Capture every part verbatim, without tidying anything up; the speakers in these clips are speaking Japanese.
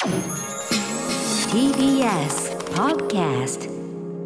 ティービーエス Podcast テ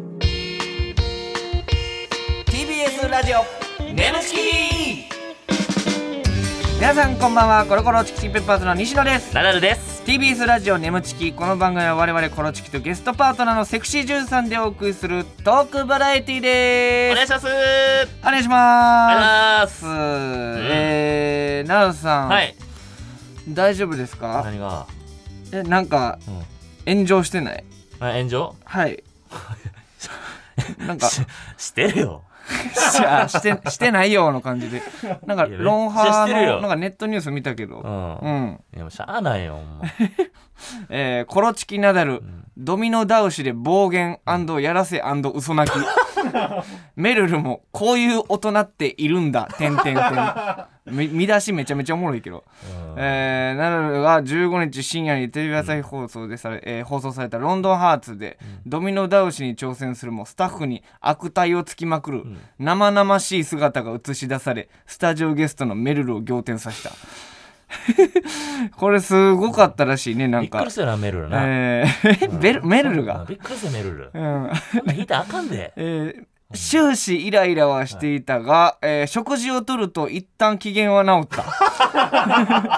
ィービーエス ラジオネムチキ。皆さんこんばんは。コロコロチキチキペッパーズの西野です。 ナダルです。 ティービーエス ラジオネムチキ。この番組は我々コロチキとゲストパートナーのセクシージュンさんでお送りするトークバラエティでーす。 お願いします。 お願いしまお願いしす。 ます。 えー、ナウさん、 はい。 大丈夫ですか？ 何が？ え、なんか、 うん、 炎上してない？ あ、炎上？ はいなんかし, してるよし, してしてないよの感じで、なんかロンハーのなんかネットニュース見たけど、 うん、 うん、 いやもうしゃあないよほんまえー、コロチキナダル、うん、ドミノ倒しで暴言&やらせ&嘘泣きメルルもこういう大人っているんだてんてんてん見出しめちゃめちゃおもろいけど、うん、えー、ナダルがじゅうごにち深夜にテレビ朝日放送でされ、うん、えー、放送されたロンドンハーツで、うん、ドミノ倒しに挑戦するもスタッフに悪態をつきまくる、うん、生々しい姿が映し出され、スタジオゲストのメルルを仰天させたこれすごかったらしいね。なんかびっくりするなメルルな、 えーうん、ベルメルルがびっくりするメルル、 うん、 引いたらあかんで、 えー終始イライラはしていたが、はい、えー、食事をとると一旦機嫌は治った、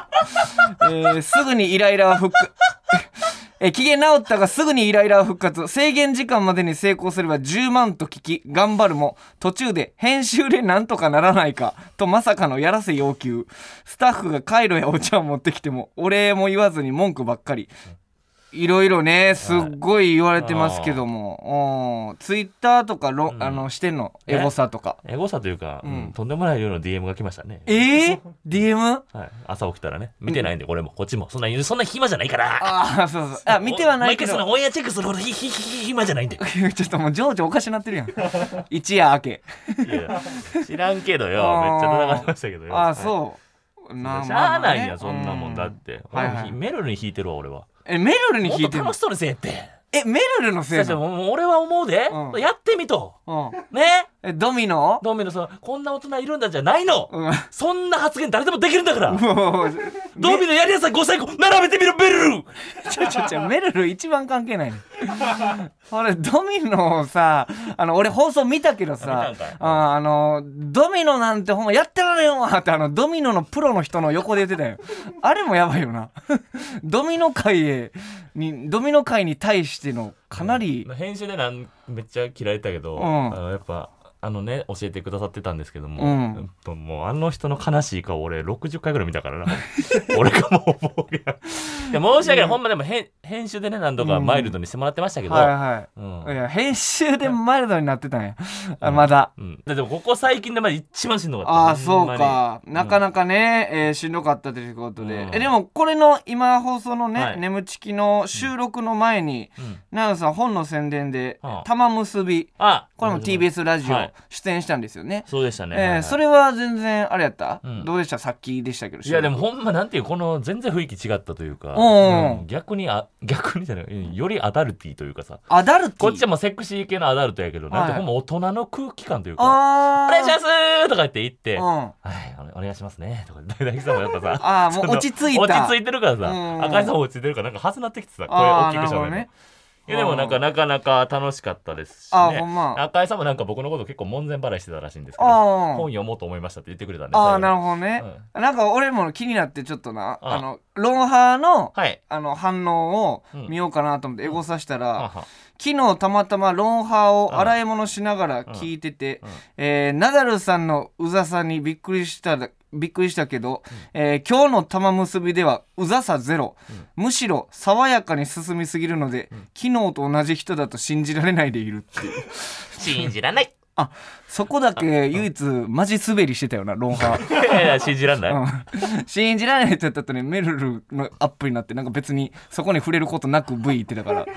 えー、すぐにイライラは復活えー、機嫌治ったがすぐにイライラは復活。制限時間までに成功すればじゅうまんと聞き頑張るも、途中で編集でなんとかならないかとまさかのやらせ要求。スタッフがカイロやお茶を持ってきてもお礼も言わずに文句ばっかり。いろいろねすっごい言われてますけども、ツイッターとかロ、うん、あのしてんのエゴサとか、 エゴサというか、うん、とんでもない量の ディーエム が来ましたね。 えー、ディーエム？ はい、朝起きたらね見てないんで、これもこっちもそんなそんな暇じゃないから。 ああそうそう、あ見てはないけど毎回そのオンエアチェックするほどひひひ暇じゃないんでちょっともう情緒おかしなってるやん一夜明けいや知らんけどよ、めっちゃ叩かれましたけどよ。 ああそう、 はい、なしゃあないや、そんなもんだって、うん、はいはい、メルルに弾いてるわ俺は。 えメルルに弾いてるの？ もっと楽しそうにせえって。えメルルのせいなの？ もう俺は思うで、うん、やってみと、うん、ねえドミノドミノさ、こんな大人いるんだじゃないの、うん、そんな発言誰でもできるんだからドミノやりなさいごさいこ並べてみろメルルちょちょちょメルル一番関係ないねあれドミノさ、あの俺放送見たけどさ、ああのドミノなんてほんまやってられんわってあのドミノのプロの人の横で言ってたよあれもやばいよなドミノ界へにドミノ界に対してのかなり、 うん、編集でなんめっちゃ嫌いだけど、うん、あのやっぱあのね教えてくださってたんですけども、うん、やっぱもうあの人の悲しい顔俺ろくじゅっかいぐらい見たからな俺がもう暴言いや申し訳ない、うん、ほんまでも編編集でね何度かマイルドにしてもらってましたけど、うん、はいはい、 うん、いや編集でマイルドになってたんや、うん、あまだ、 うん、でもここ最近でまだ一番しんどかった。 ああそうか、なかなかね、えー、しんどかったということで、うん、えでもこれの今放送のね、はい、眠ちきの収録の前に、うん、ナウさん本の宣伝で、うん、玉結び、あこれも ティービーエス ラジオ、はい、出演したんですよね。 そうでしたね、 えーはいはい、それは全然あれやった、うん、どうでした？さっきでしたけど。 いやでもほんまなんていうこの全然雰囲気違ったというか、うん、逆にあ逆にじゃないよりアダルティというかさ、 アダルティ、 こっちはもうセクシー系のアダルトやけど、はい、なんてほんま大人の空気感というか、お願いしますとか言って言って、うん、はいお願いしますねとか大吉さんもやっぱさあもう落ち着いた落ち着いてるからさ、うん、赤井さんも落ち着いてるからなんかはずなってきてさ、声大きくしゃべるね。いやでもなんかなかなか楽しかったですしね。あほんま赤井さんもなんか僕のこと結構門前払いしてたらしいんですけど、本読もうと思いましたって言ってくれたんで。 ああなるほどね、うん、なんか俺も気になってちょっとな あ, あのロンハー の,、はい、あの反応を見ようかなと思ってエゴさしたら、うん、昨日たまたまロンハーを洗い物しながら聞いてて、うんうんえー、ナダルさんのうざさにびっくりしたびっくりしたけど、うんえー、今日の玉結びではうざさゼロ、うん、むしろ爽やかに進みすぎるので、うん、昨日と同じ人だと信じられないでいるっていう信じられないあそこだけ唯一マジ滑りしてたよなロンハーいやいや信じられない、うん、 信じられないって言った後にメルルのアップになってなんか別にそこに触れることなく V 言ってたから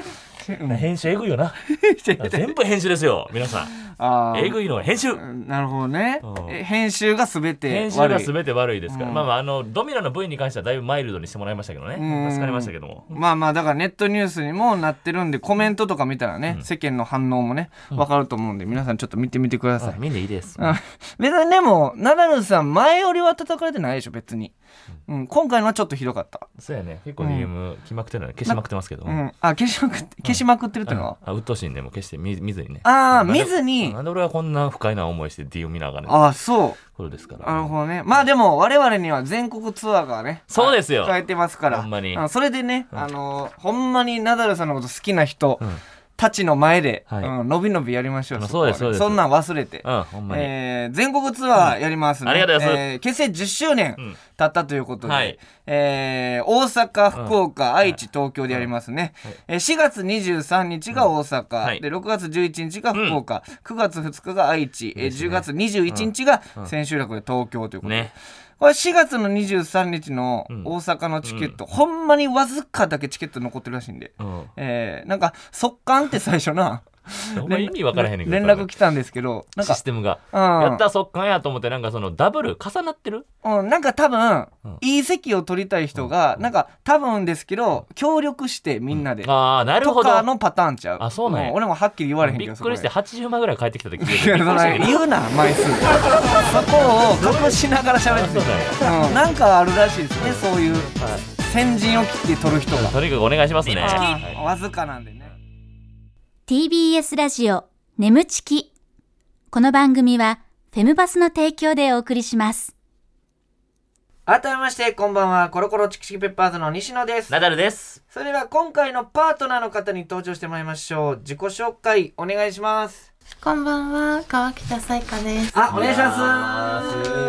編集えぐいよな全部編集ですよ皆さん。あえぐいのは編集。 なるほどね。え編集が全て悪い。 編集が全て悪いですから、うん、まあまああのドミノの V に関してはだいぶマイルドにしてもらいましたけどね。助かりましたけども。 まあまあだからネットニュースにもなってるんでコメントとか見たらね、うん、世間の反応もね分かると思うんで皆さんちょっと見てみてください。 見んでいいです。 別にでもナダルさん前よりは叩かれてないでしょ別に。うん、今回のはちょっとひどかった。 そうやね結構 ディーエム 決まってるの消しまくってますけど、うん、 あ消しまくって消しまくってるってのは、 うん、あうっとうしいんでもう消して見ずにね。 ああ見ずになんで俺はこんな不快な思いして ディーエム 見ながらね。 ああそうことですから、 なるほどね。まあでも我々には全国ツアーがねそうですよ控えてますからほんまにそれでね、うん、あのほんまにナダルさんのこと好きな人、うんたちの前で、はいうん、のびのびやりましょう。 そうですそうです。 そんなん忘れて、 うんほんまにえー、全国ツアーやりますね、うん、 ありがとうございます、 えー、結成じゅっしゅうねん経ったということで、 うんはいえー、大阪福岡、うん、愛知東京でやりますね、はいえー、しがつにじゅうさんにちが大阪、うんはい、でろくがつじゅういちにちが福岡、うん、くがつふつかが愛知、ねえー、じゅうがつにじゅういちにちが千秋楽で東京ということで、ねこれしがつのにじゅうさんにちの大阪のチケット、うん、ほんまにわずかだけチケット残ってるらしいんで、うんえー、なんか速乾って最初なお前意味分からへんねんけど連絡来たんですけどなんかシステムが、うん、やったら速乾やと思ってなんかそのダブル重なってる、 うん、なんか多分、うん、いい席を取りたい人が、うん、なんか多分ですけど協力してみんなで、うん、 ああなるほどとかのパターンちゃう。 あそうなんや、 うん、俺もはっきり言われへんけどびっくりしてはちじゅうまいぐらい帰ってきた時言うな枚数そこを隠しながら喋ってた、うん、なんかあるらしいですねそういう、はい、先陣を切って取る人がとにかくお願いしますね、 はい、わずかなんでね。 ティービーエス ラジオ眠ちき。この番組はフェムバスの提供でお送りします。 改めましてこんばんはコロコロチキチキペッパーズの西野です。 ナダルです。 それでは今回のパートナーの方に登場してもらいましょう。自己紹介お願いします。 こんばんは川北彩花です。 あお願いします。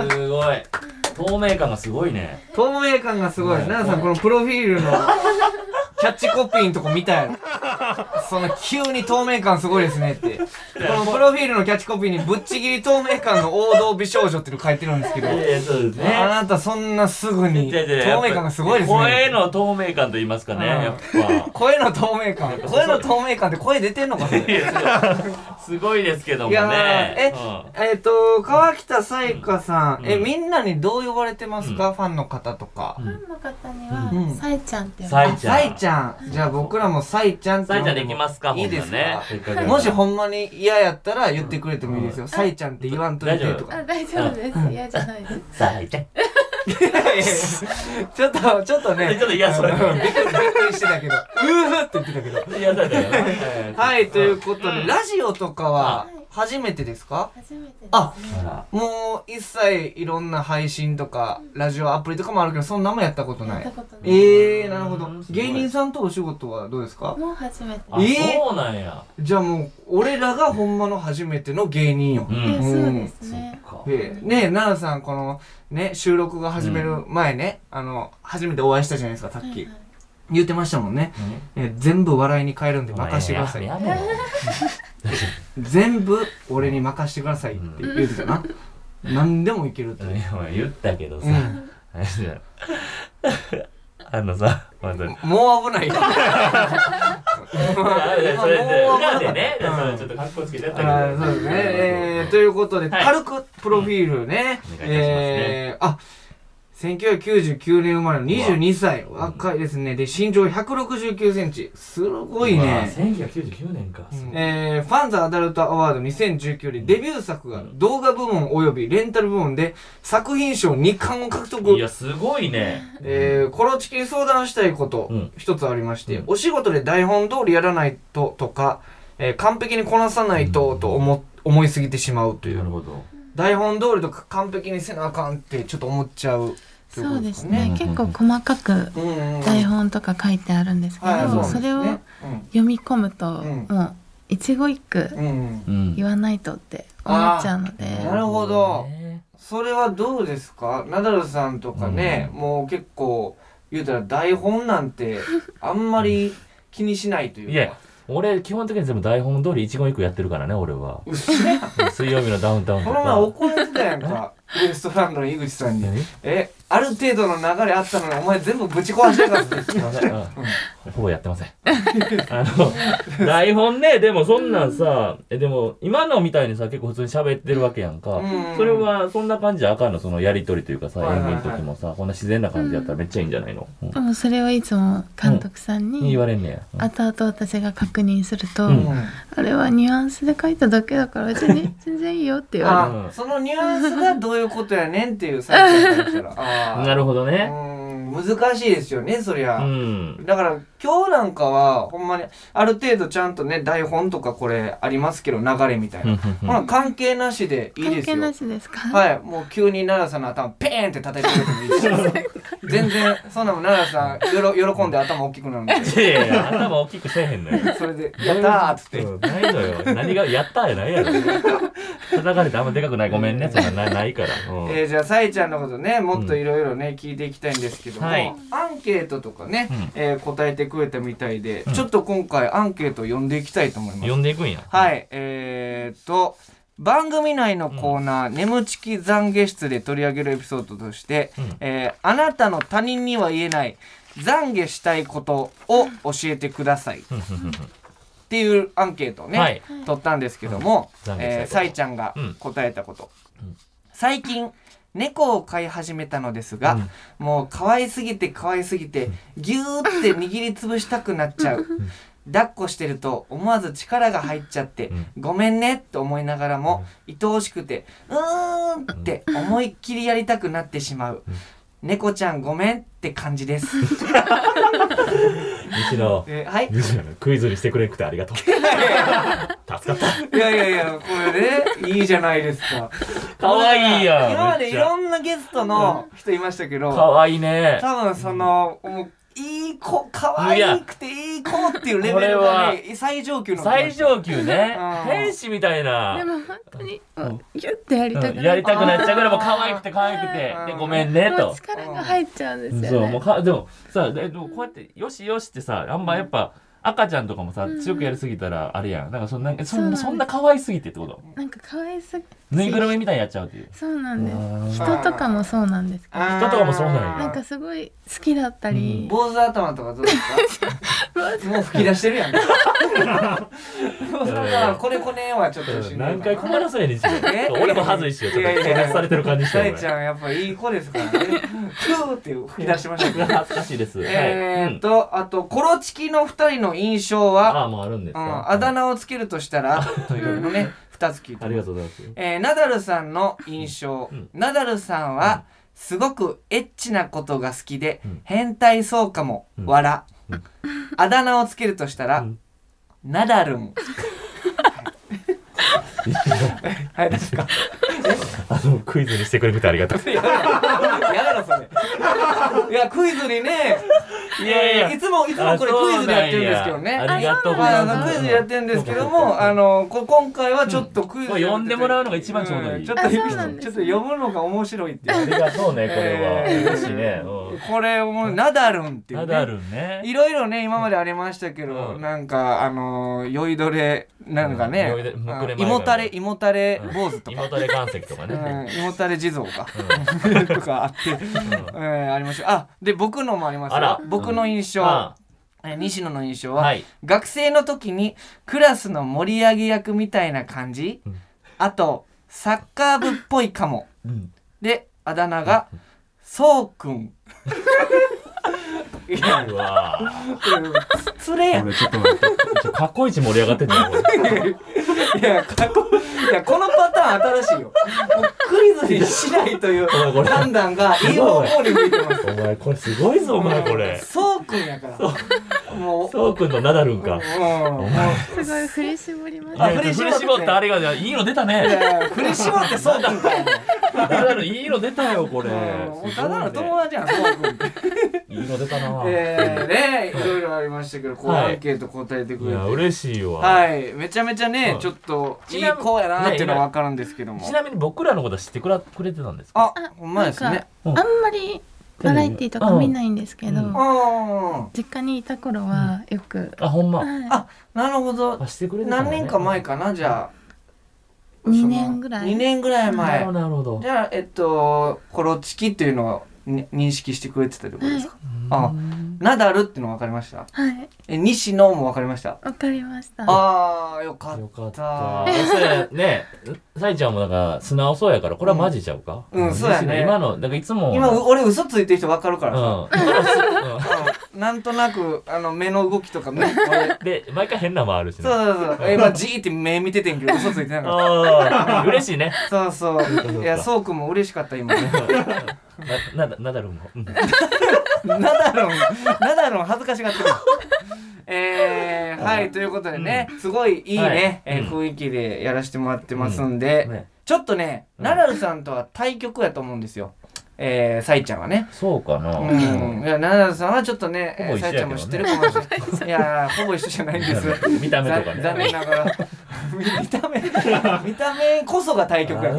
すごい透明感がすごいね。 透明感がすごい。奈々さんこのプロフィールのキャッチコピーのとこ見たやろその急に透明感すごいですねってこのプロフィールのキャッチコピーにぶっちぎり透明感の王道美少女っていうの書いてるんですけど、 えーそうですね、 あなたそんなすぐに透明感がすごいですね。 声の透明感と言いますかね、やっぱ声の透明感声の透明感って声出てんのかそれすごいですけどもね。いやえ、うん、えっ、ー、と川北彩花さん、うん、えみんなにどう呼ばれてますか、うん、ファンの方とか。 ファンの方には、うん、さいちゃんって呼ばれてます。さいちゃんじゃあ僕らもさいちゃんってさいちゃんできますか。 いいですか、ね、もしほんまに嫌やったら言ってくれてもいいですよ。さい、うん、ちゃんって言わんといてとか。 あ大丈夫です。嫌じゃないです。 さいちゃんちょっとちょっとねちょっと嫌そうびっくりしてたけどうーって言ってたけど嫌だったよはいということでラジオとかは初めてですか？ 初めてですね。 あ、もう一切いろんな配信とか、うん、ラジオアプリとかもあるけどそんなもやったことない。 やったことない。 えー、なるほど。芸人さんとお仕事はどうですか？ もう初めて。 あ、えー、そうなんや。 じゃあもう俺らがほんまの初めての芸人よ。 うん、うん、そうですね。 えー、ねえ奈々さんこのね収録が始める前ね、うん、あの初めてお会いしたじゃないですかさっき。はいはい、言ってましたもんね、うん、えー、全部笑いに変えるんで任してください。全部俺に任してくださいって言ってたな。何でもいけるって言ったけどさ、うん、あのさもう危ないよそれで裏でね、うん、ちょっと格好つけてやったけど、 そうですね、えー、ということで、はい、軽くプロフィールね、うん、お願いいたしますね、えー、あせんきゅうひゃくきゅうじゅうきゅうねん生まれのにじゅうにさい、若いですね。で身長ひゃくろくじゅうきゅうセンチ、すごいね。 せんきゅうひゃくきゅうじゅうきゅうねんか、 うん、えー、ファンザアダルトアワードにせんじゅうきゅうでデビュー作が動画部門およびレンタル部門で作品賞にかんを獲得。 いやすごいね。 えー、コロチキに相談したいこと一つありまして、うん、お仕事で台本通りやらないととか、えー、完璧にこなさないとと 思, 思いすぎてしまうという。 なるほど。 台本通りとか完璧にせなあかんってちょっと思っちゃう。 そうですね、うん、結構細かく台本とか書いてあるんですけど、うんうん、それを読み込むと、うん、もう一語一句言わないとって思っちゃうので、うん、 なるほど。それはどうですかナダルさんとかね、うん、もう結構言うたら台本なんてあんまり気にしないというか。 いや俺基本的に全部台本通り一言一句やってるからね俺は。水曜日のダウンタウンとか。 この前怒られてたやんかウエストランドの井口さんに。えある程度の流れあったのにお前全部ぶち壊してるからって言ってましたよ。 ほぼやってませんあの台本ねでもそんなんさえでも今のみたいにさ結構普通に喋ってるわけやんか、うん、それはそんな感じじゃあかんのそのやり取りというかさ、演技の時もさこんな自然な感じやったらめっちゃいいんじゃないの、 うん、でもそれはいつも監督さんに、 言われんねや、 うん、後々私が確認すると、うん、あれはニュアンスで書いただけだから全然全然いいよって言われる。 そのニュアンスがどういうことやねんっていう最初からしたらなるほどね、 難しいですよねそりゃ、うん、だから今日なんかはほんまにある程度ちゃんとね台本とかこれありますけど流れみたいなほな関係なしでいいですよ。 関係なしですか。 はいもう急に奈良さんの頭ペーンって叩いてくれてもいいし全然そんなもん奈良さんよろ喜んで頭大きくなるんでいやいや頭大きくせえへんのよそれでやったーっつって、 うん、ないのよ何がやったーやないやろ叩かれてあんまでかくないごめんねそんなないないから、うん、 えー、じゃあさいちゃんのことねもっといろいろね聞いていきたいんですけども、はい、アンケートとかね、うんえー、答えてくれたみたいで、うん、ちょっと今回アンケートを読んでいきたいと思います。 読んでいくんや。 はいえー、っと番組内のコーナー、うん、眠ちき懺悔室で取り上げるエピソードとして、うんえー、あなたの他人には言えない懺悔したいことを教えてくださいっていうアンケートをね、はい、取ったんですけども、うんえー、さいちゃんが答えたこと、うん、最近猫を飼い始めたのですが、うん、もう可愛すぎて可愛すぎてギューって握りつぶしたくなっちゃう抱っこしてると思わず力が入っちゃって、うん、ごめんねと思いながらも、うん、愛おしくてうーんって思いっきりやりたくなってしまう、うん、猫ちゃんごめんって感じです西野、 えー、はい西野クイズにしてくれなくてありがとう助かったいやいやいやこれねいいじゃないですかかわいいやん。 今までいろんなゲストの人いましたけどかわいいね多分その、うん、もういい子かわいくていい子っていうレベルがね最上級の最上級ね、うん、天使みたいなでも本当に、うん、ギュッてやりたくなっちゃう、 うん、やりたくなっちゃうぐらいもう可愛くて可愛くてでごめんねと力が入っちゃうんですよね。 そうもうかでもさでもこうやってよしよしってさあんまやっぱ赤ちゃんとかもさ強くやりすぎたらあれやんなんかそんなそんなそんな可愛すぎてってことなんか可愛すぎぬいぐるみみたいにやっちゃうっていうそうなんです人とかもそうなんですけど人とかもそうなんやなんかすごい好きだったり、 うん、坊主頭とかどうですかもう吹き出してるやん坊主頭これこねはちょっとしんどい何回困らせないにしよ俺も恥ずいしよちょっと拒絶されてる感じしてるさいちゃんやっぱいい子ですからねクーって吹き出してましたけど恥ずかしいですえーっと、うん、あとコロチキのふたりの印象はああもうあるんですか、 うん、あだ名をつけるとしたらというのねふたつ聞いてありがとうございます、 えー、ナダルさんの印象、うん、ナダルさんは、うん、すごくエッチなことが好きで、うん、変態そうかも、うん、笑、うん、あだ名をつけるとしたら、うん、ナダルンはいですかあのクイズにしてくれてありがとうやだろそれいやクイズにねいやいやいつもいつもこれクイズでやってるんですけどねありがとうございますクイズでやってるんですけどもあのこ今回はちょっとクイズ、 うん、読んでもらうのが一番ちょうどいい、うん、 ちょっとちょっと読むのが面白いってありがとうねこれは、えー、嬉しいね、 うん、これもうナダルンっていうねナダルンねいろいろね今までありましたけど、うん、なんかあの酔いどれなんかね、うん、胃もたれ胃もたれ坊主とか、うん、 胃もたれ岩石とかね、 うん、胃もたれ地蔵か、うん、とかあって、うんえー、ありましたあで僕のもありますよ僕の印象、うん西野の印象は、はい、学生の時にクラスの盛り上げ役みたいな感じ、うん、あとサッカー部っぽいかも、うん、であだ名が、うん、そうくんいやうわつれやんちょっと待ってかっこいいし盛り上がってんだよいやかっこいやこのパターン新しいよもうクイズにしないという判断がいい方向に向いてますお前これすごいぞお前これそうくんやからもうそうくんのナダルンか、うん、 お前すごい振り絞りました振り絞ってあれがいいの出たねいや振り絞ってそうくんかナダルンいいの出たよこれただの友達やんそうくんっていいの出たなえーねいろいろありましたけどこうアンケート答えてくれて、 はい、いや嬉しいわはいめちゃめちゃね、うん、ちょっといい子やなっていうのは分かるんですけどもちなみに僕らのことは知ってくれてたんですかあほんまですねあんまりバラエティとか見ないんですけど、うん、実家にいた頃はよく、 うん、あほんま、 はい、あなるほどあしてくれてた、ね、 何年か前かなじゃあにねんぐらいにねんぐらい前なるほどじゃあえっとコロチキっていうのを認識してくれてたってことですか、 はい、 ん、ナダルっての分かりました？ はい。 え、西野も分かりました？ 分かりました。 あー、よかった。 よかった。それね、さいちゃんもなんか素直そうやから、これはマジちゃうか？ うん、うん、そうやね。 今の、だからいつも。 今、俺嘘ついてる人分かるからさ。 うん。 なんとなく、あの、目の動きとか目、 で、毎回変なもあるしね。 そうそうそう。今、じーって目見ててんけど、嘘ついてなかった。 ああ、嬉しいね。 そうそう。いや、そうくんも嬉しかった、今。 な、な、ナダルも。 ナダルン、ナダルン恥ずかしがってる。えー、はい、ということでね、すごいいいね、え雰囲気でやらせてもらってますんで、ちょっとね、ナダルさんとは対局やと思うんですよ。えー、サイちゃんはね。 そうかな。 うん。いや、ナダルさんはちょっとね、サイちゃんも知ってるかもしれない。いや、ほぼ一緒じゃないんです。 見た目とかね。 残念ながら。見た目、見た目こそが対局やから。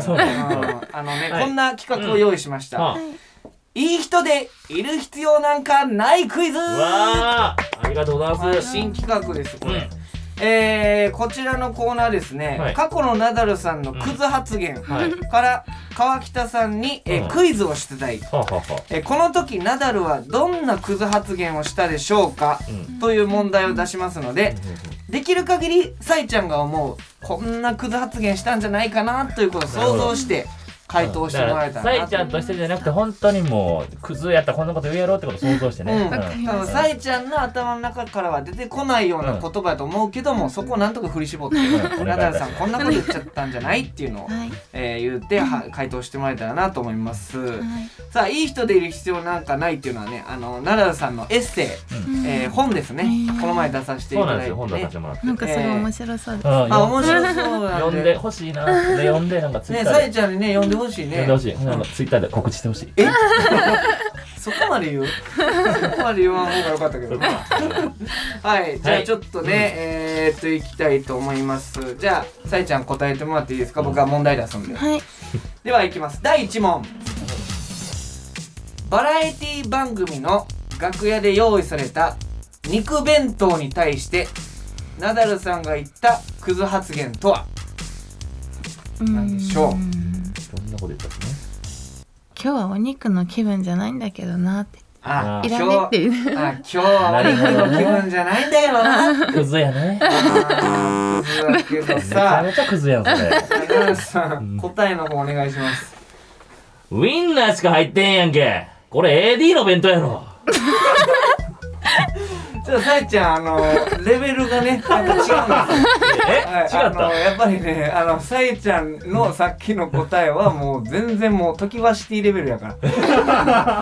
あのね、こんな企画を用意しました。いい人でいる必要なんかないクイズ。 わー、ありがとうございます。 新企画ですこれ。うん、えー、こちらのコーナーですね、はい、過去のナダルさんのクズ発言から川北さんに、えー、クイズを出題、うん、えー、この時ナダルはどんなクズ発言をしたでしょうか、うん、という問題を出しますので、うん、できる限りさいちゃんが思うこんなクズ発言したんじゃないかなということを想像して回答してもらえたらな。 さいちゃんとしてじゃなくて本当にもうクズやったらこんなこと言うやろってことを想像してね。 うん、多分さいちゃんの頭の中からは出てこないような言葉だと思うけども、うん、そこをなんとか振り絞って、うん、ナダルさんこんなこと言っちゃったんじゃないっていうのを、はい、えー、言っては回答してもらえたらなと思います。はい、さあいい人でいる必要なんかないっていうのはね、あのナダルさんのエッセイ、うん、えー、本ですね、うん、この前出させていただいて、ね、 そうなんですよ、本出させてもらって、 なんかそれ面白そうです。 えー、 あ、面白そうなんで読んでほしいな。で読んでなんかツイッターでね、さいちゃんにね読んでほしいね。 読んでほしい。なんかツイッターで告知してほしい。 えそこまで言うそこまで言わん方がよかったけどはい、じゃあちょっとね、はい、えー、っといきたいと思います。じゃあさいちゃん答えてもらっていいですか、僕は問題出すんで、 はい、 ではいきます。だいいち問。バラエティ番組の楽屋で用意された肉弁当に対してナダルさんが言ったクズ発言とは何でしょう。 どんなこと言ったっけね。 今日はお肉の気分じゃないんだけどなって。 あ、 いらねっていう。 あ、今日はお肉の気分じゃないんだよな。 クズやね。 あ、クズだけどさ。 めちゃめちゃクズやんそれ。 ナダルさん、うん、答えの方お願いします。 ウインナーしか入ってんやんけ。これ エーディー の弁当やろ。 ちょっとさいちゃん、あのレベルがね、なんか違うんですよ。 え、はい、違った。あのやっぱりね、あのさいちゃんのさっきの答えはもう全然もうトキワシティレベルやから。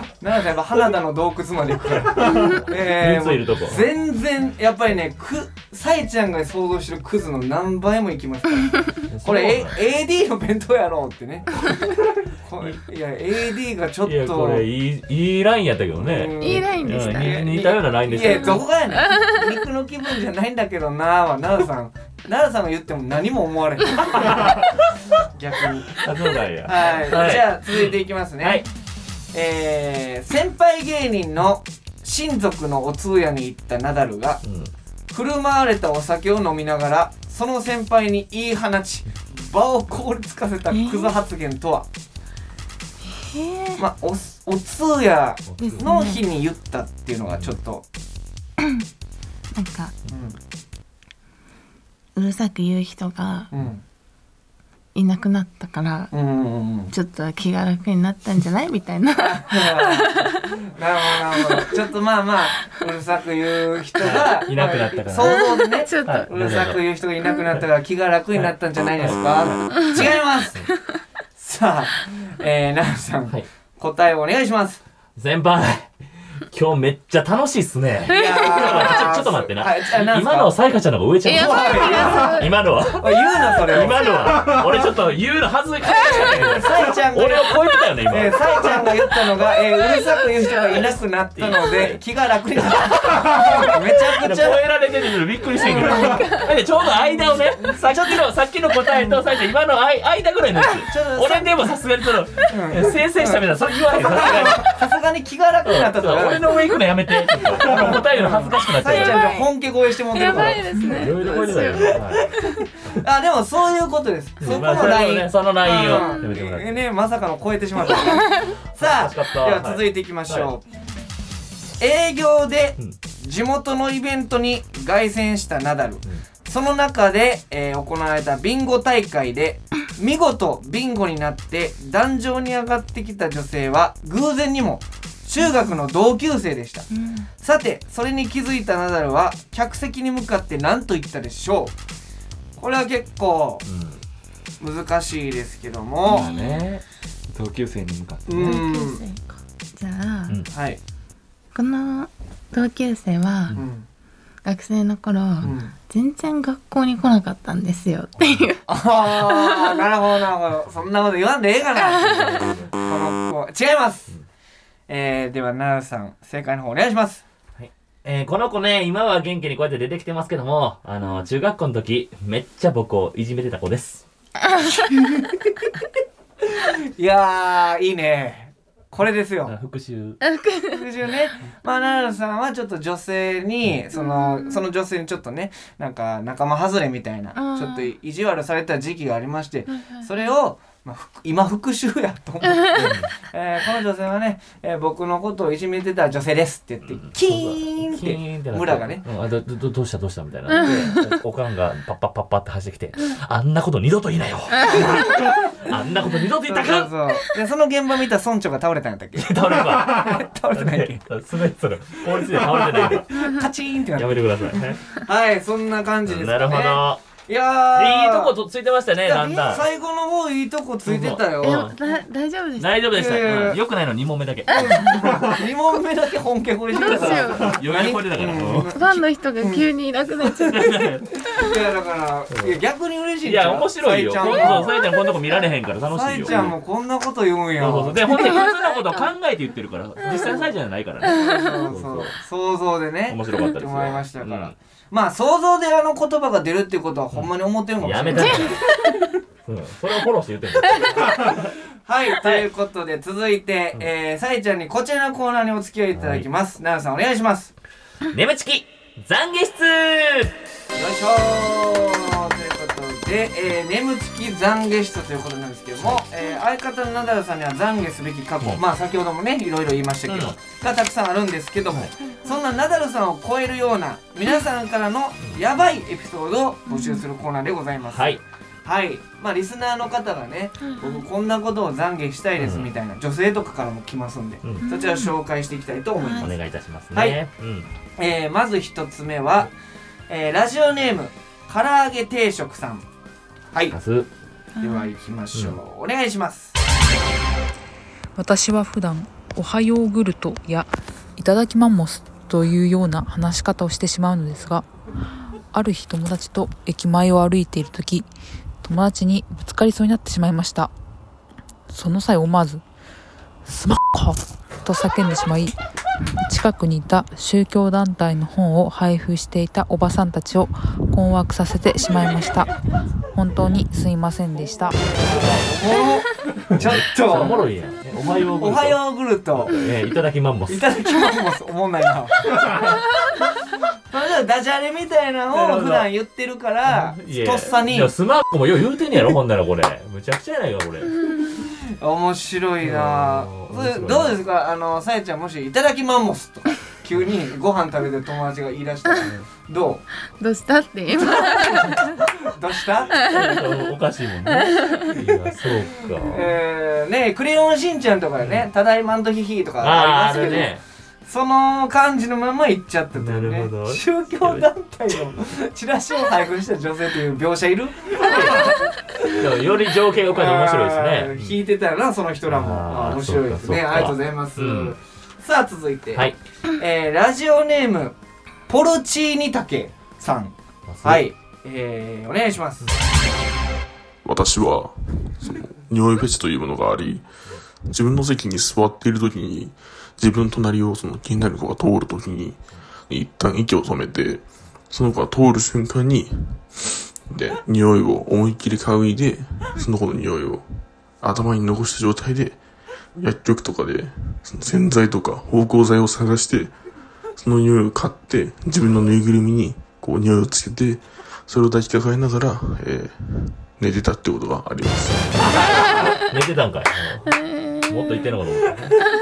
なんかやっぱ花田の洞窟まで行くから。 えー、いるとこ全然やっぱりね、くさいちゃんが想像してるクズの何倍もいきますから。これ エーディー の弁当やろうってね。これいや エーディー がちょっと。いやこれいいいいラインやったけどね。 いいラインでしたね。 似たようなラインでした。 いやどこがやねん。肉の気分じゃないんだけどなーは奈良さん奈良さんが言っても何も思われへん。逆に。 あ、そうなんや。 はい、はい、じゃあ続いていきますね。はい、えー、先輩芸人の親族のお通夜に行ったナダルが、うん、振る舞われたお酒を飲みながらその先輩に言い放ち場を凍りつかせたクズ発言とは。えー、まあ お, お通夜の日に言ったっていうのがちょっと、 なんか、うん、うるさく言う人がいなくなったから、うんうんうん、ちょっと気が楽になったんじゃないみたいな。なるほどなるほど。ちょっとまあまあうるさく言う人がいなくなったから、 想像でね、ちょっとうるさく言う人がいなくなったから気が楽になったんじゃないですか。違います。さあ、えー、奈良さん、はい、答えをお願いします。 先輩、今日めっちゃ楽しいっすね。いやちょっと待ってな、はい、今のはさやかちゃんの方が上ちゃう。今のは言うなそれ。 今のは俺ちょっと言うの恥ずかしかったけど、 さやちゃんが俺を超えてたよね今。 えー、さやちゃんが言ったのが、えー、うるさく言う人がいなくなったので気が楽になった。めちゃくちゃ超えられてるのびっくりしてんけど。ちょうど間をね、さっきのさっきの答えとさやちゃん今の間ぐらいのやつ。俺でもさすがにその生成したみたいなそれ言わへん。 さすがに気が楽になったと。 俺の上行くのやめて。答えるの恥ずかしくなっちゃう。 さやちゃんが本気超えしてもんでるから。 やばいですね。 あ、でもそういうことです。そこのライン、 そのラインをやめてもらって。 ね、まさかの超えてしまった。さあ、では続いていきましょう。 営業で地元のイベントに凱旋したナダル、うん、その中で、えー、行われたビンゴ大会で見事ビンゴになって壇上に上がってきた女性は偶然にも中学の同級生でした、うん、さてそれに気づいたナダルは客席に向かって何と言ったでしょう。これは結構難しいですけども、 うんね、同級生に向かって、 ね、同級生か。じゃあ、うん、 はい、 この同級生は、うん、学生の頃、うん、全然学校に来なかったんですよっていう。 ああ、なるほどなるほど。そんなこと言わんでええかな。この子違います。えー、ではナダルさん正解の方お願いします。 はい、えー、この子ね今は元気にこうやって出てきてますけども、あの中学校の時めっちゃ僕をいじめてた子です。 いやーいいね。これですよ。 復習復習ね。まあナダルさんはちょっと女性にそのその女性にちょっとねなんか仲間外れみたいなちょっと意地悪された時期がありまして、それをまあ、今復讐やと思って、えー、この女性はね、えー、僕のことをいじめてた女性ですって言ってキーンって村がね、 うん、あ ど, ど, どうしたどうしたみたいなでおかんがパッパッパッパって走ってきてあんなこと二度と言いなよあんなこと二度と言ったか。 そうそうそうでその現場見た村長が倒れたんやったっけ。 倒れた倒れてないっけ。 それそれ法律で倒れてないんだカチーンってなってやめてくださいね。 はいそんな感じですかね。 なるほど。 いやーいいとこ つ, ついてましたね。だんだん最後の方いいとこついてたよ。 えだ大丈夫でした。 大丈夫でした、うん、よくないのに問目だけに問目だけ本気これしてたから余計これだから、うん、 ファンの人が急にいなくなっちゃった、うん、いやだからいや逆に嬉しい。 いや面白いよ。今度さえちゃんこんなとこ見られへんから楽しいよ。 さえちゃんもこんなこと言うんや。 そうそうそうでほんで普通のことを考えて言ってるから実際さえちゃんじゃないからね。 そうそう想像でね面白かったですよ。 思いましたから、うんまあ想像であの言葉が出るっていうことはほんまに思ってるかもしれない。 やめた、うん、それをフォローして言ってるはい、はい、ということで続いて、うんえー、さえちゃんにこちらのコーナーにお付き合いいただきます。ナダルさんお願いします。 眠ちき懺悔室。 よいしょーということで、えー、眠ちき懺悔室ということなんですけども、えー、相方のナダルさんには懺悔すべき過去、うん、まあ先ほどもねいろいろ言いましたけど、うん、がたくさんあるんですけども、はい、そんなナダルさんを超えるような皆さんからのやばいエピソードを募集するコーナーでございます。はいはい、まあリスナーの方がね、僕こんなことを懺悔したいですみたいな、うん、女性とかからも来ますんで、うん、そちらを紹介していきたいと思います。 お願いいたしますね。 はい、 うんえー、まず一つ目は、えー、ラジオネーム唐揚げ定食さん。はい、では行きましょう、うん、お願いします。 私は普段おはヨーグルトやいただきマンモスというような話し方をしてしまうのですが、ある日友達と駅前を歩いているとき、友達にぶつかりそうになってしまいました。その際思わずスマッカーと叫んでしまい、近くにいた宗教団体の本を配布していたおばさんたちを困惑させてしまいました。本当にすいませんでした。 おちょっとおもろいやん。おはヨーグルト、 おはヨーグルト、 えー、いただきマンモスいただきマンモスおもんないな。それじゃダジャレみたいなのを普段言ってるからとっさに。 いやスマックもよう言うてんねやろほんならこれむちゃくちゃやないかこれ。 面白いな。どうですか、あのさえちゃん、もしいただきマンモスとか急にご飯食べてる友達が言い出したらどうどうしたって今どうしたおかしいもんね。いやそうか、 えー、ねクレヨンしんちゃんとかでね、ただいまんとひひとかありますけど、ね、その感じのまま言っちゃったというね。宗教団体のチラシを配布した女性という描写いる？ より情景が浮かんで面白いですね。引いてたよなその人らも。あ面白いですね。ありがとうございます、うん、さあ続いて、はい、えー、ラジオネームポルチーニタケさん。はい、えー、お願いします。 私はその匂いフェチというものがあり、自分の席に座っている時に自分の隣をその気になる子が通る時に一旦息を止めて、その子が通る瞬間にで匂いを思いっきり嗅いで、その子の匂いを頭に残した状態で薬局とかでその洗剤とか芳香剤を探して、その匂いを買って自分のぬいぐるみにこう匂いをつけて、それを抱きかかえながら、えー、寝てたってことがあります。 寝てたんかい。もっと言ってんのかと思った。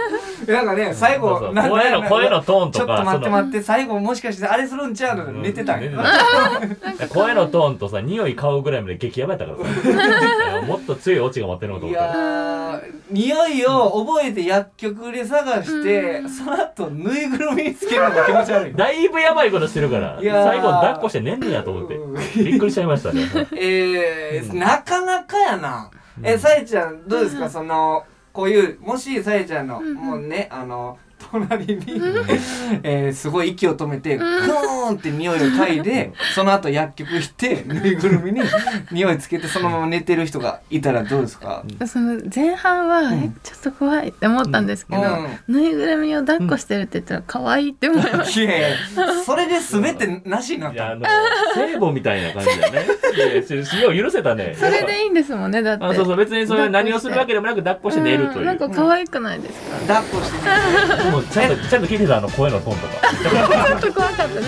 なんかね最後そうそう声の声のトーンとかちょっと待って待って最後もしかしてあれするんちゃうの、うん、寝てたんや声のトーンとさ匂い嗅うぐらいまで激ヤバやったからさもっと強いオチが待ってるのと思ったら、いや匂いを覚えて薬局で探して、うん、その後ぬいぐるみにつけるのが気持ち悪いだいぶやばいことしてるから最後抱っこして寝んねやと思って、うん、びっくりしちゃいましたねえー、うん、なかなかやな。えさえちゃんどうですか、うん、そのこういうもしさえちゃんの、うん、もうねあの隣に、えー、すごい息を止めて、うん、クーンって匂いを嗅いでその後薬局行ってぬいぐるみに匂いつけてそのまま寝てる人がいたらどうですか？ その前半は、うん、えちょっと怖いって思ったんですけど、うん、ぬいぐるみを抱っこしてるって言ったら可愛いって思いました。 いやいやそれで全てなしになった。いやあの聖母みたいな感じだね。いやいや許せたね。 それでいいんですもんねだって。 あそうそう別にそれ何をするわけでもなく抱っこして寝るという。うん、 なんか可愛くないですか？ うん、抱っこして寝る。 もうちゃんとちゃんと聞いてたあの声のトーンとか。ちょっと怖かったです。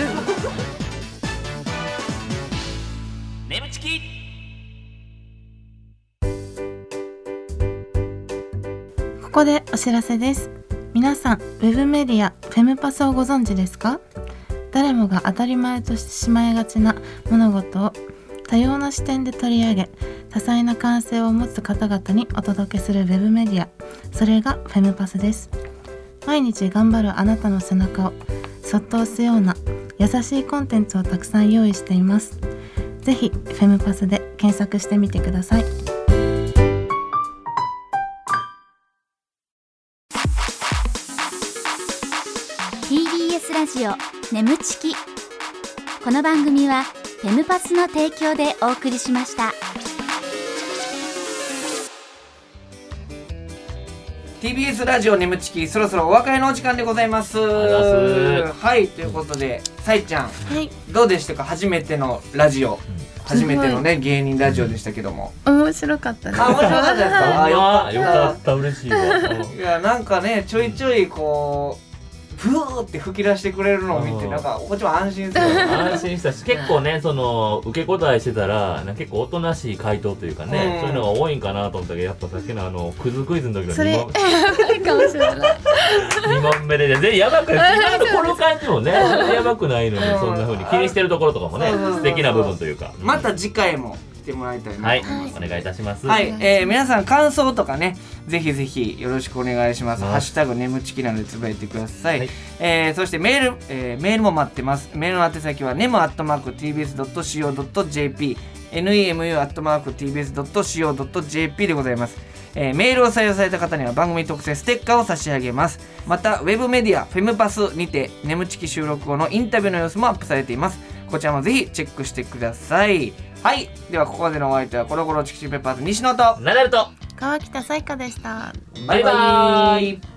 眠ちき。 ここでお知らせです。皆さんウェブメディアフェムパスをご存知ですか？誰もが当たり前としてしまいがちな物事を多様な視点で取り上げ多彩な感性を持つ方々にお届けするウェブメディア、それがフェムパスです。毎日頑張るあなたの背中をそっと押すような優しいコンテンツをたくさん用意しています。ぜひフェムパスで検索してみてください。 ティービーエス ラジオ眠ちき。この番組はフェムパスの提供でお送りしました。 ティービーエス ラジオ眠ちき、そろそろお別れのお時間でございます。はいということでさえちゃん、はい、どうでしたか？初めてのラジオ、うん、初めてのね芸人ラジオでしたけども、 面白かったです。 あ面白かったですか？あよかったよかった嬉しいわ。 いやなんかねちょいちょいこうふーって吹き出してくれるのを見てなんかこっちも安心する。 安心したし結構ねその受け答えしてたら結構おとなしい回答というかね、うん、そういうのが多いんかなと思ったけどやっぱさっきのあのクズクイズの時のそれやばいかもしれないにもんめで全然やばくない今のこの感じもねやばくないのにそんな風に気にしてるところとかもね素敵な部分というか、 また次回も来てもらいたいなと思います。 はい、お願いいたします。 はい、えー、皆さん感想とかねぜひぜひよろしくお願いします。ハッシュタグ眠ちきなのでつぶやいてください。はい、えー、そしてメール、えー、メールも待ってます。メールの宛先は ネム アットマーク ティービーエス ドット シーオー ドット ジェーピー ネム アットマーク ティービーエス ドット シーオー ドット ジェーピー でございます。えー、メールを採用された方には番組特製ステッカーを差し上げます。またウェブメディアフェムパスにて眠ちき収録後のインタビューの様子もアップされています。こちらもぜひチェックしてください。はい、ではここまでのお相手はコロコロチキチキペッパーズ西野とナダルと川北彩花でした。 バイバーイ。